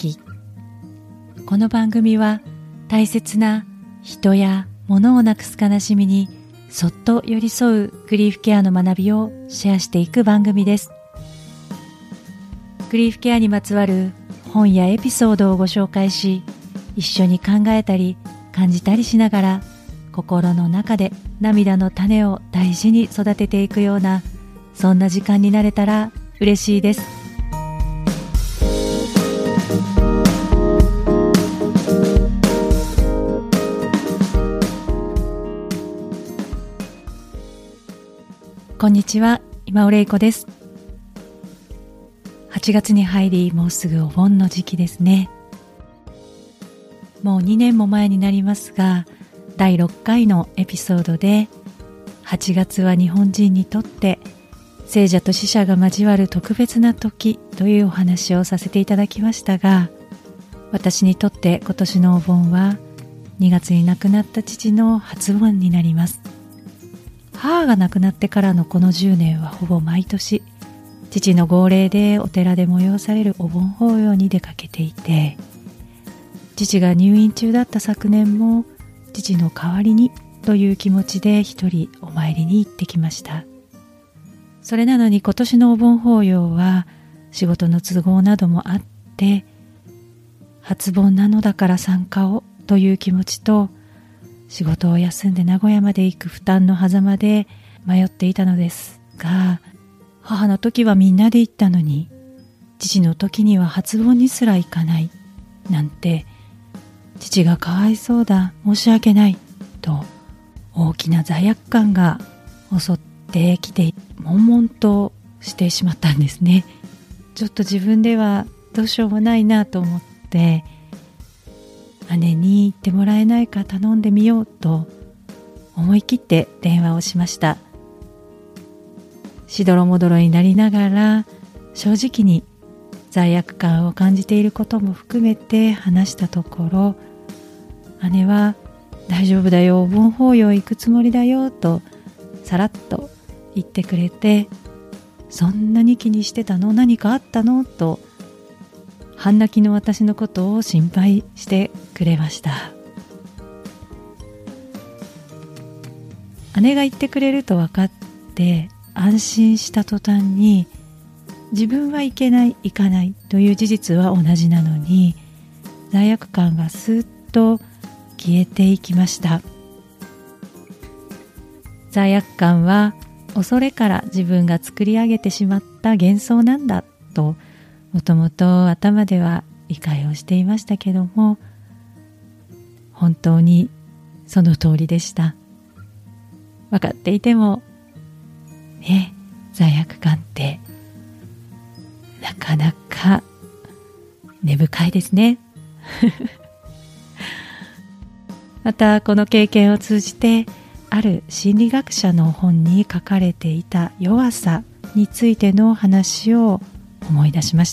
時。この番組は大切な人や物をなくす悲しみにそっと寄り添うグリーフケアの学びをシェアしていく番組です。グリーフケアにまつわる本やエピソードをご紹介し、一緒に考えたり感じたりしながら、心の中で涙の種を大事に育てていくような、そんな時間になれたら嬉しいです。こんにちは、今尾玲子です。8月に入り、もうすぐお盆の時期ですね。もう2年も前になりますが、第6回のエピソードで、8月は日本人にとって生者と死者が交わる特別な時というお話をさせていただきましたが、私にとって今年のお盆は2月に亡くなった父の初盆になります。母が亡くなってからのこの10年はほぼ毎年、父の号令でお寺で催されるお盆法要に出かけていて、父が入院中だった昨年も父の代わりにという気持ちで一人お参りに行ってきました。それなのに今年のお盆法要は仕事の都合などもあって、初盆なのだから参加をという気持ちと、仕事を休んで名古屋まで行く負担の狭間で迷っていたのですが、母の時はみんなで行ったのに、父の時には初盆にすら行かないなんて、父がかわいそうだ、申し訳ないと大きな罪悪感が襲ってきて、悶々としてしまったんですね。ちょっと自分ではどうしようもないなと思って、姉に言ってもらえないか頼んでみようと思い切って電話をしました。しどろもどろになりながら、正直に罪悪感を感じていることも含めて話したところ、姉は大丈夫だよ、お盆法要行くつもりだよとさらっと言ってくれて、そんなに気にしてたの、何かあったのと半泣きの私のことを心配してくれました。姉が言ってくれると分かって安心した途端に、自分はいけない、行かないという事実は同じなのに、罪悪感がスーッと消えていきました。罪悪感は恐れから自分が作り上げてしまった幻想なんだと、もともと頭では理解をしていましたけども、本当にその通りでした。分かっていてもね、罪悪感ってなかなか根深いですね。またこの経験を通じて、ある心理学者の本に書かれていた弱さについての話を思い出しました。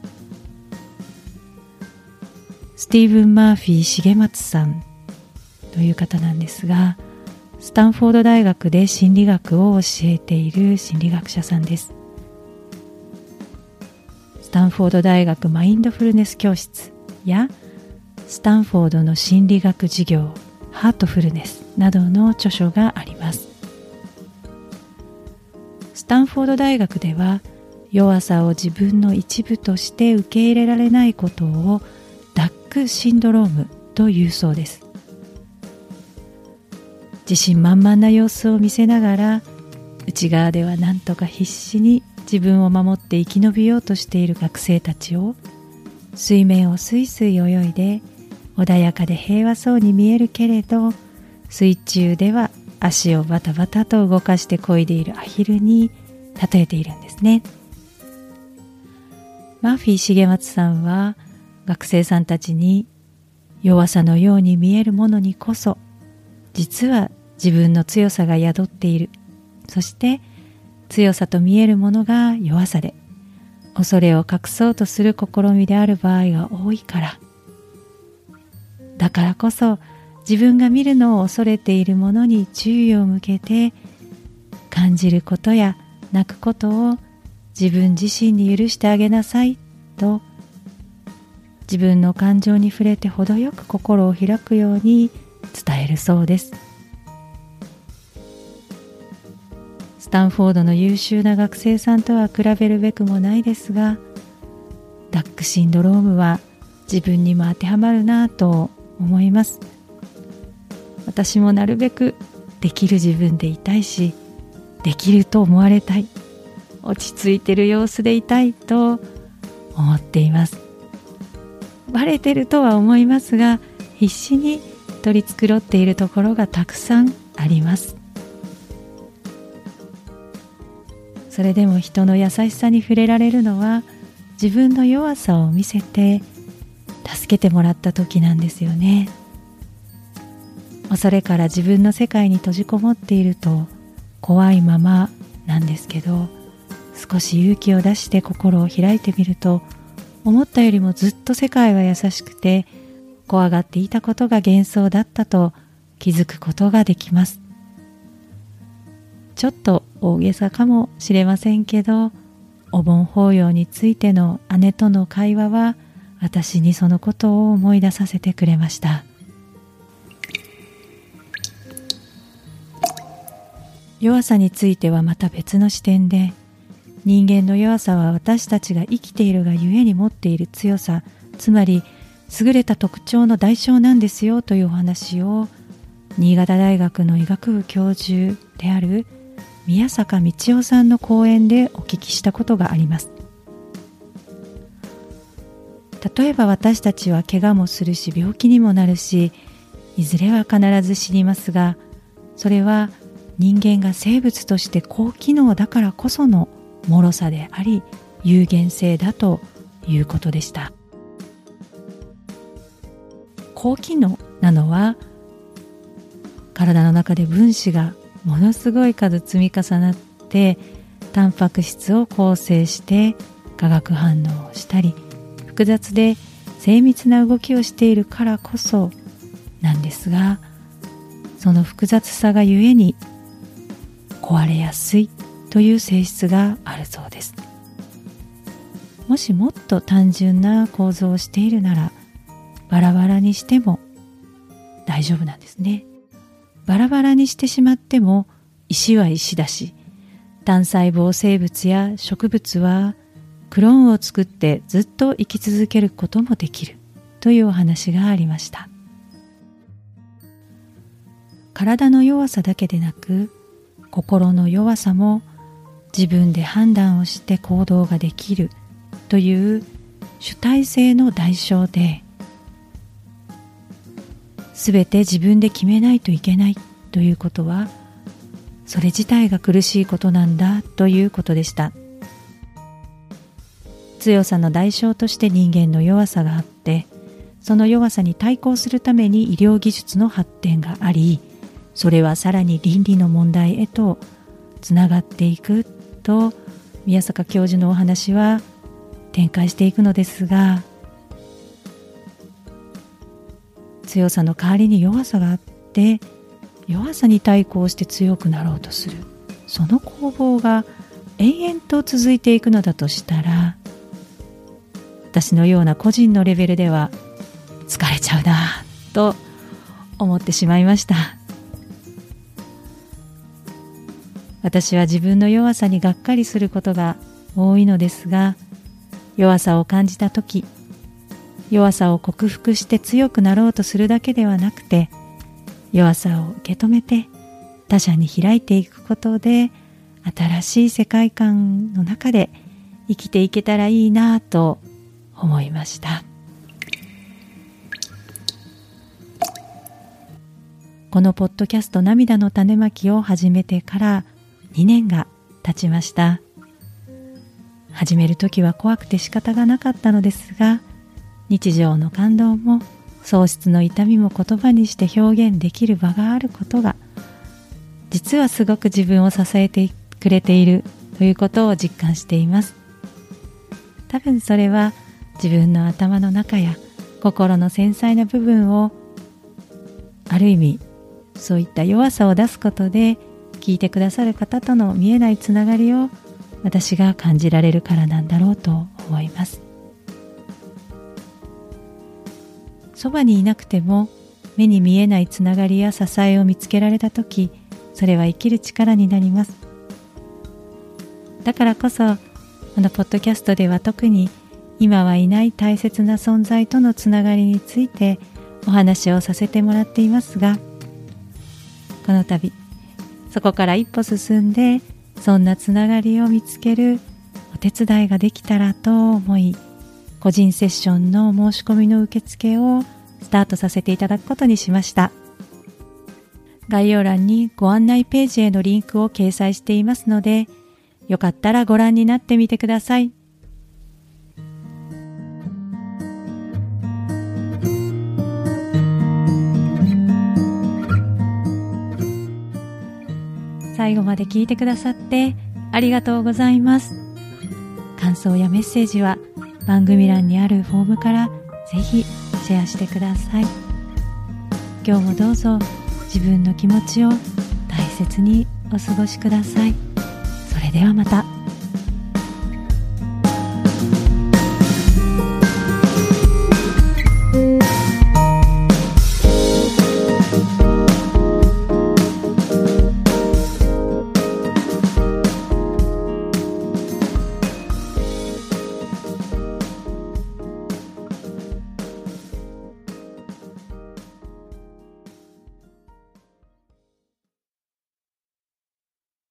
スティーブン・マーフィー重松さんという方なんですが、スタンフォード大学で心理学を教えている心理学者さんです。スタンフォード大学マインドフルネス教室やスタンフォードの心理学授業ハートフルネスなどの著書があります。スタンフォード大学では、弱さを自分の一部として受け入れられないことをダックシンドロームというそうです。自信満々な様子を見せながら、内側ではなんとか必死に自分を守って生き延びようとしている学生たちを、水面をスイスイ泳いで穏やかで平和そうに見えるけれど、水中では足をバタバタと動かして漕いでいるアヒルに例えているんですね。マーフィー重松さんは学生さんたちに、弱さのように見えるものにこそ実は自分の強さが宿っている。そして強さと見えるものが弱さで、恐れを隠そうとする試みである場合が多いから。だからこそ自分が見るのを恐れているものに注意を向けて、感じることや泣くことを自分自身に許してあげなさいと自分の感情に触れて程よく心を開くように伝えるそうです。スタンフォードの優秀な学生さんとは比べるべくもないですが、ダックシンドロームは自分にも当てはまるなぁと思います。私もなるべくできる自分でいたいし、できると思われたい、落ち着いてる様子でいたいと思っています。バレてるとは思いますが、必死に取り繕っているところがたくさんあります。それでも人の優しさに触れられるのは、自分の弱さを見せて助けてもらった時なんですよね。恐れから自分の世界に閉じこもっていると怖いままなんですけど、少し勇気を出して心を開いてみると、思ったよりもずっと世界は優しくて、怖がっていたことが幻想だったと気づくことができます。ちょっと大げさかもしれませんけど、お盆法要についての姉との会話は私にそのことを思い出させてくれました。弱さについてはまた別の視点で、人間の弱さは私たちが生きているがゆえに持っている強さ、つまり優れた特徴の代償なんですよというお話を、新潟大学の医学部教授である宮坂道夫さんの講演でお聞きしたことがあります。例えば私たちは怪我もするし、病気にもなるし、いずれは必ず死にますが、それは人間が生物として高機能だからこその脆さであり、有限性だということでした。高機能なのは、体の中で分子がものすごい数積み重なってタンパク質を構成して化学反応をしたり、複雑で精密な動きをしているからこそなんですが、その複雑さがゆえに壊れやすいという性質があるそうです。もしもっと単純な構造をしているなら、バラバラにしても大丈夫なんですね。バラバラにしてしまっても石は石だし、単細胞生物や植物はクローンを作ってずっと生き続けることもできるというお話がありました。体の弱さだけでなく、心の弱さも自分で判断をして行動ができるという主体性の代償で、すべて自分で決めないといけないということは、それ自体が苦しいことなんだということでした。強さの代償として人間の弱さがあって、その弱さに対抗するために医療技術の発展があり、それはさらに倫理の問題へとつながっていくと、宮坂教授のお話は展開していくのですが、強さの代わりに弱さがあって、弱さに対抗して強くなろうとする、その攻防が延々と続いていくのだとしたら、私のような個人のレベルでは疲れちゃうなと思ってしまいました。私は自分の弱さにがっかりすることが多いのですが、弱さを感じたとき、弱さを克服して強くなろうとするだけではなくて、弱さを受け止めて他者に開いていくことで、新しい世界観の中で生きていけたらいいなと思いました。このポッドキャスト涙の種まきを始めてから2年が経ちました。始めるときは怖くて仕方がなかったのですが、日常の感動も喪失の痛みも言葉にして表現できる場があることが、実はすごく自分を支えてくれているということを実感しています。多分それは自分の頭の中や心の繊細な部分を、ある意味そういった弱さを出すことで、聞いてくださる方との見えないつながりを私が感じられるからなんだろうと思います。 そばにいなくても目に見えないつながりや支えを見つけられたとき、それは生きる力になります。だからこそ、このポッドキャストでは特に今はいない大切な存在とのつながりについてお話をさせてもらっていますが、この度そこから一歩進んでそんなつながりを見つけるお手伝いができたらと思い、個人セッションの申し込みの受付をスタートさせていただくことにしました。概要欄にご案内ページへのリンクを掲載していますので、よかったらご覧になってみてください。最後まで聞いてくださってありがとうございます。感想やメッセージは番組欄にあるフォームからぜひシェアしてください。今日もどうぞ自分の気持ちを大切にお過ごしください。それではまた。